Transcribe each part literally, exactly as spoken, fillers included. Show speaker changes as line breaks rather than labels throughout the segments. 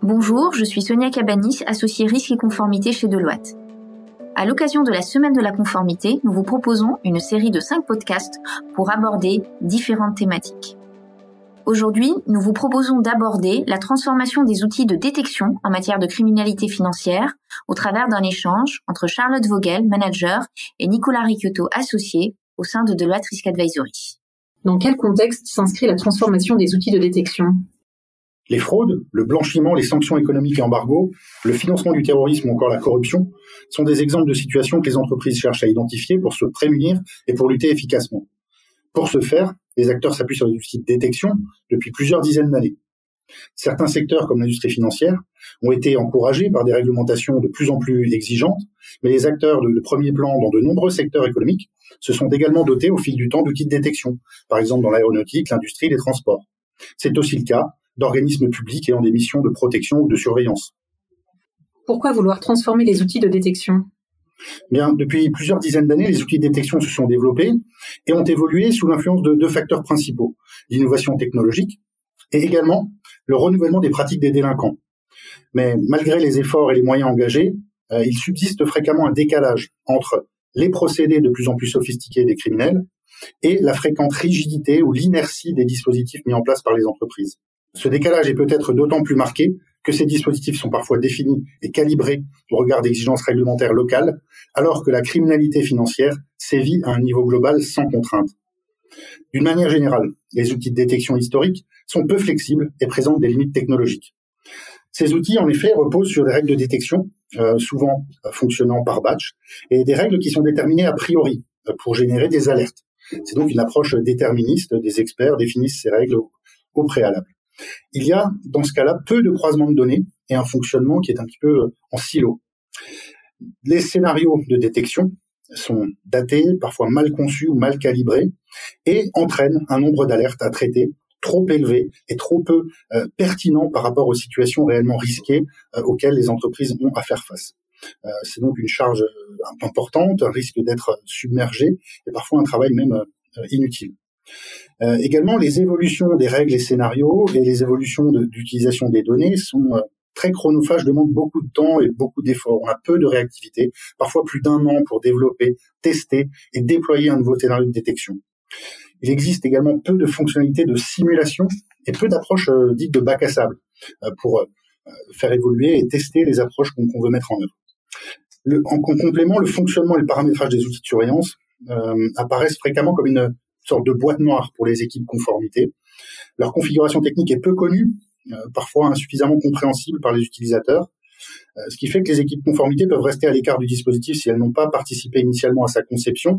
Bonjour, je suis Sonia Cabani, associée risque et conformité chez Deloitte. À l'occasion de la Semaine de la conformité, nous vous proposons une série de cinq podcasts pour aborder différentes thématiques. Aujourd'hui, nous vous proposons d'aborder la transformation des outils de détection en matière de criminalité financière au travers d'un échange entre Charlotte Vogel, manager, et Nicolas Ricciotto, associé au sein de Deloitte Risk Advisory.
Dans quel contexte s'inscrit la transformation des outils de détection ?
Les fraudes, le blanchiment, les sanctions économiques et embargos, le financement du terrorisme ou encore la corruption sont des exemples de situations que les entreprises cherchent à identifier pour se prémunir et pour lutter efficacement. Pour ce faire, les acteurs s'appuient sur des outils de détection depuis plusieurs dizaines d'années. Certains secteurs, comme l'industrie financière, ont été encouragés par des réglementations de plus en plus exigeantes, mais les acteurs de, de premier plan dans de nombreux secteurs économiques se sont également dotés au fil du temps d'outils de détection, par exemple dans l'aéronautique, l'industrie, les transports. C'est aussi le cas d'organismes publics ayant des missions de protection ou de surveillance.
Pourquoi vouloir transformer les outils de détection ?
Bien, depuis plusieurs dizaines d'années, les outils de détection se sont développés et ont évolué sous l'influence de deux facteurs principaux, l'innovation technologique et également le renouvellement des pratiques des délinquants. Mais malgré les efforts et les moyens engagés, euh, il subsiste fréquemment un décalage entre les procédés de plus en plus sophistiqués des criminels et la fréquente rigidité ou l'inertie des dispositifs mis en place par les entreprises. Ce décalage est peut-être d'autant plus marqué que ces dispositifs sont parfois définis et calibrés au regard d'exigences réglementaires locales, alors que la criminalité financière sévit à un niveau global sans contrainte. D'une manière générale, les outils de détection historiques sont peu flexibles et présentent des limites technologiques. Ces outils, en effet, reposent sur des règles de détection, euh, souvent euh, fonctionnant par batch, et des règles qui sont déterminées a priori euh, pour générer des alertes. C'est donc une approche déterministe, des experts définissent ces règles au, au préalable. Il y a, dans ce cas-là, peu de croisement de données et un fonctionnement qui est un petit peu en silo. Les scénarios de détection sont datés, parfois mal conçus ou mal calibrés, et entraînent un nombre d'alertes à traiter trop élevé et trop peu euh, pertinent par rapport aux situations réellement risquées euh, auxquelles les entreprises ont à faire face. Euh, c'est donc une charge euh, importante, un risque d'être submergé et parfois un travail même euh, inutile. Euh, également, les évolutions des règles et scénarios et les évolutions de, d'utilisation des données sont euh, très chronophages, demandent beaucoup de temps et beaucoup d'efforts. On a peu de réactivité, parfois plus d'un an pour développer, tester et déployer un nouveau scénario de détection. Il existe également peu de fonctionnalités de simulation et peu d'approches euh, dites de bac à sable euh, pour euh, faire évoluer et tester les approches qu'on, qu'on veut mettre en œuvre. Le, en, en complément, le fonctionnement et le paramétrage des outils de surveillance euh, apparaissent fréquemment comme une sorte de boîte noire pour les équipes conformité. Leur configuration technique est peu connue, euh, parfois insuffisamment compréhensible par les utilisateurs, euh, ce qui fait que les équipes conformité peuvent rester à l'écart du dispositif si elles n'ont pas participé initialement à sa conception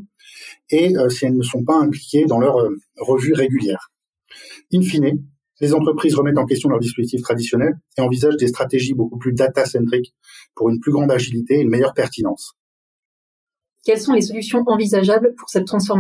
et euh, si elles ne sont pas impliquées dans leur euh, revue régulière. In fine, les entreprises remettent en question leur dispositif traditionnel et envisagent des stratégies beaucoup plus data-centriques pour une plus grande agilité et une meilleure pertinence.
Quelles sont les solutions envisageables pour cette transformation ?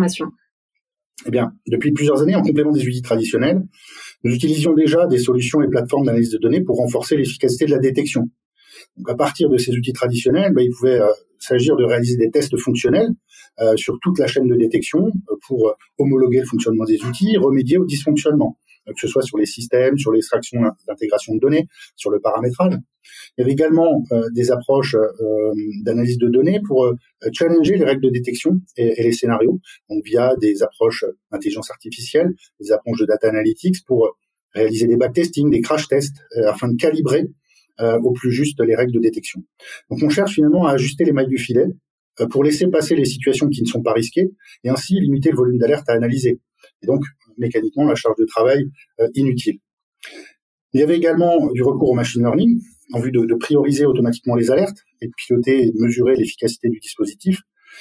Eh bien, depuis plusieurs années, en complément des outils traditionnels, nous utilisions déjà des solutions et plateformes d'analyse de données pour renforcer l'efficacité de la détection. Donc, à partir de ces outils traditionnels, ben, il pouvait euh, s'agir de réaliser des tests fonctionnels euh, sur toute la chaîne de détection euh, pour euh, homologuer le fonctionnement des outils, remédier aux dysfonctionnements, euh, que ce soit sur les systèmes, sur l'extraction, l'intégration de données, sur le paramétrage. Il y avait également euh, des approches euh, d'analyse de données pour euh, challenger les règles de détection et, et les scénarios, donc via des approches d'intelligence artificielle, des approches de data analytics pour euh, réaliser des backtesting, des crash tests, euh, afin de calibrer euh, au plus juste les règles de détection. Donc on cherche finalement à ajuster les mailles du filet euh, pour laisser passer les situations qui ne sont pas risquées et ainsi limiter le volume d'alerte à analyser. Et donc mécaniquement la charge de travail euh, inutile. Il y avait également du recours au machine learning en vue de, de prioriser automatiquement les alertes et de piloter et de mesurer l'efficacité du dispositif.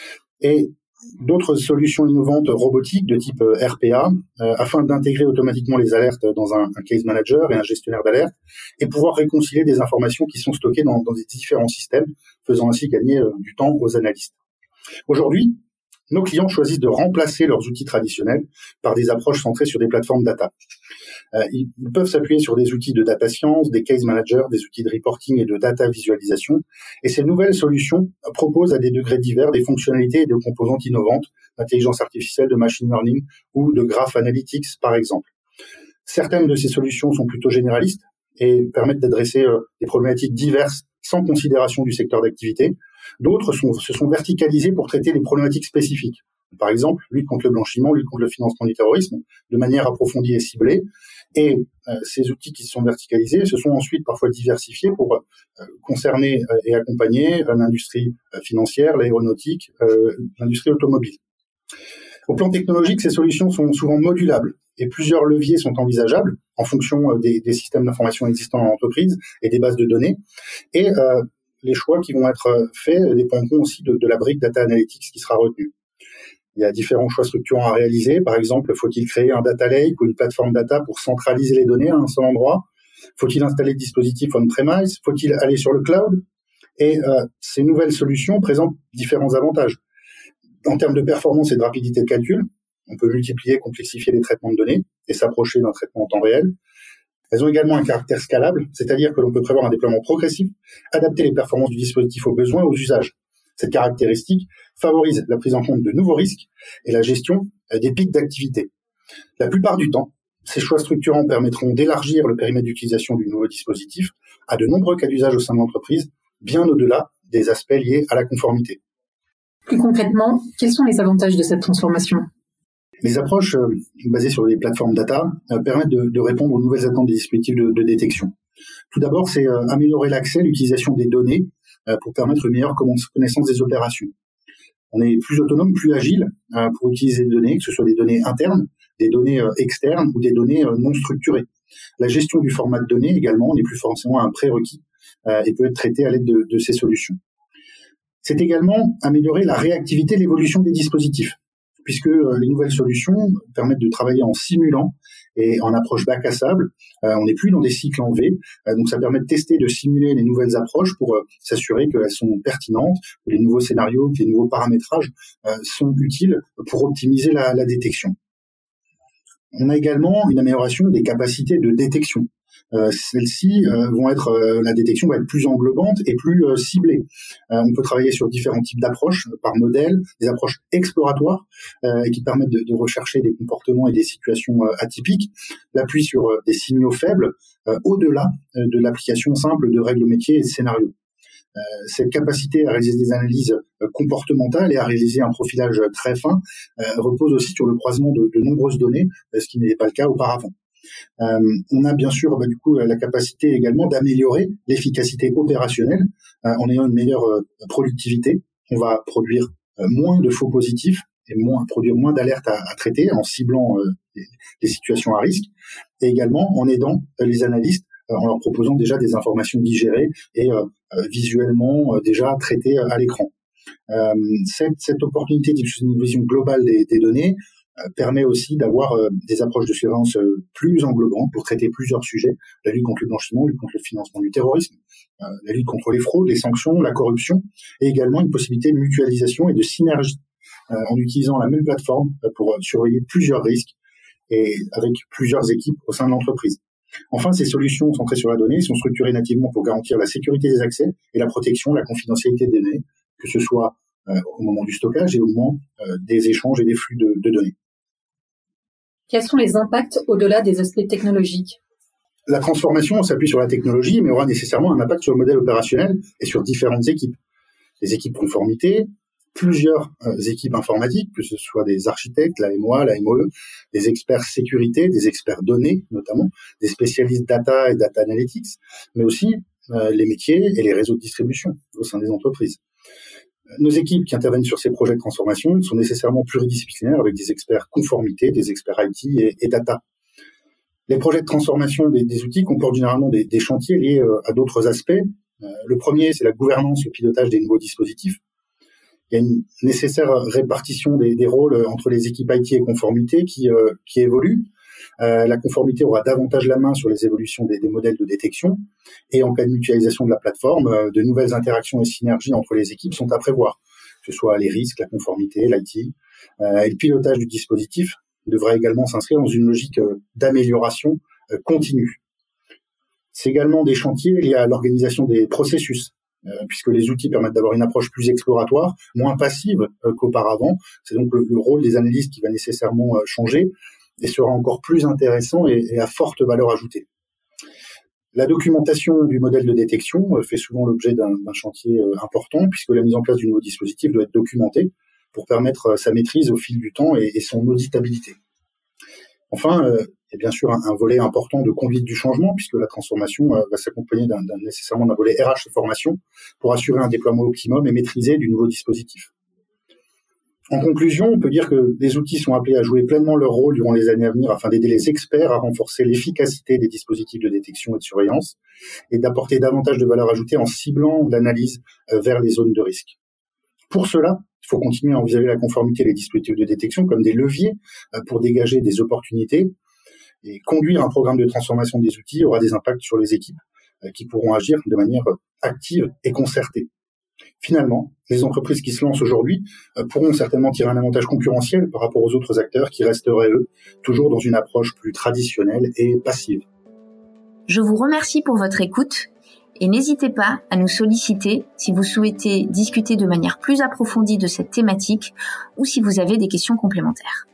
Et d'autres solutions innovantes robotiques de type R P A euh, afin d'intégrer automatiquement les alertes dans un, un case manager et un gestionnaire d'alerte et pouvoir réconcilier des informations qui sont stockées dans, dans des différents systèmes, faisant ainsi gagner euh, du temps aux analystes. Aujourd'hui, nos clients choisissent de remplacer leurs outils traditionnels par des approches centrées sur des plateformes data. Euh, ils, ils peuvent s'appuyer sur des outils de data science, des case managers, des outils de reporting et de data visualisation. Et ces nouvelles solutions proposent à des degrés divers des fonctionnalités et des composantes innovantes, d'intelligence artificielle, de machine learning ou de graph analytics, par exemple. Certaines de ces solutions sont plutôt généralistes, et permettent d'adresser euh, des problématiques diverses sans considération du secteur d'activité. D'autres sont, se sont verticalisés pour traiter des problématiques spécifiques. Par exemple, lutte contre le blanchiment, lutte contre le financement du terrorisme, de manière approfondie et ciblée. Et euh, ces outils qui se sont verticalisés se sont ensuite parfois diversifiés pour euh, concerner euh, et accompagner euh, l'industrie euh, financière, l'aéronautique, euh, l'industrie automobile. Au plan technologique, ces solutions sont souvent modulables et plusieurs leviers sont envisageables en fonction euh, des, des systèmes d'information existants dans l'entreprise et des bases de données. Et euh, les choix qui vont être faits dépendront aussi de, de la brique data analytics qui sera retenue. Il y a différents choix structurants à réaliser. Par exemple, faut-il créer un data lake ou une plateforme data pour centraliser les données à un seul endroit? Faut-il installer le dispositif on-premise? Faut-il aller sur le cloud? Et euh, ces nouvelles solutions présentent différents avantages. En termes de performance et de rapidité de calcul, on peut multiplier, complexifier les traitements de données et s'approcher d'un traitement en temps réel. Elles ont également un caractère scalable, c'est-à-dire que l'on peut prévoir un déploiement progressif, adapter les performances du dispositif aux besoins et aux usages. Cette caractéristique favorise la prise en compte de nouveaux risques et la gestion des pics d'activité. La plupart du temps, ces choix structurants permettront d'élargir le périmètre d'utilisation du nouveau dispositif à de nombreux cas d'usage au sein de l'entreprise, bien au-delà des aspects liés à la conformité.
Plus concrètement, quels sont les avantages de cette transformation ?
Les approches euh, basées sur des plateformes data euh, permettent de, de répondre aux nouvelles attentes des dispositifs de, de détection. Tout d'abord, c'est euh, améliorer l'accès, l'utilisation des données euh, pour permettre une meilleure connaissance des opérations. On est plus autonome, plus agile euh, pour utiliser des données, que ce soit des données internes, des données euh, externes ou des données euh, non structurées. La gestion du format de données également n'est plus forcément un prérequis euh, et peut être traitée à l'aide de, de ces solutions. C'est également améliorer la réactivité et l'évolution des dispositifs, puisque euh, les nouvelles solutions permettent de travailler en simulant et en approche bac à sable. Euh, on n'est plus dans des cycles en V, euh, donc ça permet de tester, de simuler les nouvelles approches pour euh, s'assurer qu'elles sont pertinentes, que les nouveaux scénarios, que les nouveaux paramétrages euh, sont utiles pour optimiser la, la détection. On a également une amélioration des capacités de détection. Euh, celles-ci euh, vont être, euh, la détection va être plus englobante et plus euh, ciblée. Euh, on peut travailler sur différents types d'approches euh, par modèle, des approches exploratoires euh, qui permettent de, de rechercher des comportements et des situations euh, atypiques, l'appui sur euh, des signaux faibles euh, au-delà euh, de l'application simple de règles métiers et de scénarios. Euh, cette capacité à réaliser des analyses euh, comportementales et à réaliser un profilage très fin euh, repose aussi sur le croisement de, de nombreuses données, euh, ce qui n'était pas le cas auparavant. Euh, on a bien sûr bah, du coup la capacité également d'améliorer l'efficacité opérationnelle euh, en ayant une meilleure euh, productivité. On va produire euh, moins de faux positifs et moins, produire moins d'alertes à, à traiter en ciblant euh, les, les situations à risque et également en aidant euh, les analystes euh, en leur proposant déjà des informations digérées et euh, euh, visuellement euh, déjà traitées à l'écran. Euh, cette, cette opportunité d'une vision globale des, des données Euh, permet aussi d'avoir euh, des approches de surveillance euh, plus englobantes pour traiter plusieurs sujets, la lutte contre le blanchiment, la lutte contre le financement du terrorisme, euh, la lutte contre les fraudes, les sanctions, la corruption, et également une possibilité de mutualisation et de synergie euh, en utilisant la même plateforme euh, pour euh, surveiller plusieurs risques et avec plusieurs équipes au sein de l'entreprise. Enfin, ces solutions centrées sur la donnée sont structurées nativement pour garantir la sécurité des accès et la protection, la confidentialité des données, que ce soit euh, au moment du stockage et au moment euh, des échanges et des flux de, de données.
Quels sont les impacts au-delà des aspects technologiques ?
La transformation s'appuie sur la technologie, mais aura nécessairement un impact sur le modèle opérationnel et sur différentes équipes. Les équipes conformité, plusieurs euh, équipes informatiques, que ce soit des architectes, la M O A, la M O E, des experts sécurité, des experts données notamment, des spécialistes data et data analytics, mais aussi euh, les métiers et les réseaux de distribution au sein des entreprises. Nos équipes qui interviennent sur ces projets de transformation sont nécessairement pluridisciplinaires avec des experts conformité, des experts I T et, et data. Les projets de transformation des, des outils comportent généralement des, des chantiers liés euh, à d'autres aspects. Euh, le premier, c'est la gouvernance et le pilotage des nouveaux dispositifs. Il y a une nécessaire répartition des, des rôles entre les équipes I T et conformité qui, euh, qui évoluent. Euh, la conformité aura davantage la main sur les évolutions des, des modèles de détection et en cas de mutualisation de la plateforme, euh, de nouvelles interactions et synergies entre les équipes sont à prévoir, que ce soit les risques, la conformité, l'I T. Euh, et le pilotage du dispositif devrait également s'inscrire dans une logique euh, d'amélioration euh, continue. C'est également des chantiers liés à l'organisation des processus, euh, puisque les outils permettent d'avoir une approche plus exploratoire, moins passive euh, qu'auparavant. C'est donc le, le rôle des analystes qui va nécessairement euh, changer et sera encore plus intéressant et, et à forte valeur ajoutée. La documentation du modèle de détection fait souvent l'objet d'un, d'un chantier important, puisque la mise en place du nouveau dispositif doit être documentée pour permettre sa maîtrise au fil du temps et, et son auditabilité. Enfin, euh, il y a bien sûr un, un volet important de conduite du changement, puisque la transformation euh, va s'accompagner d'un, d'un, nécessairement d'un volet R H et formation pour assurer un déploiement optimum et maîtrisé du nouveau dispositif. En conclusion, on peut dire que les outils sont appelés à jouer pleinement leur rôle durant les années à venir afin d'aider les experts à renforcer l'efficacité des dispositifs de détection et de surveillance et d'apporter davantage de valeur ajoutée en ciblant l'analyse euh, vers les zones de risque. Pour cela, il faut continuer à envisager la conformité des dispositifs de détection comme des leviers euh, pour dégager des opportunités. Et conduire un programme de transformation des outils aura des impacts sur les équipes euh, qui pourront agir de manière active et concertée. Finalement, les entreprises qui se lancent aujourd'hui euh, pourront certainement tirer un avantage concurrentiel par rapport aux autres acteurs qui resteraient, eux, toujours dans une approche plus traditionnelle et passive.
Je vous remercie pour votre écoute et n'hésitez pas à nous solliciter si vous souhaitez discuter de manière plus approfondie de cette thématique ou si vous avez des questions complémentaires.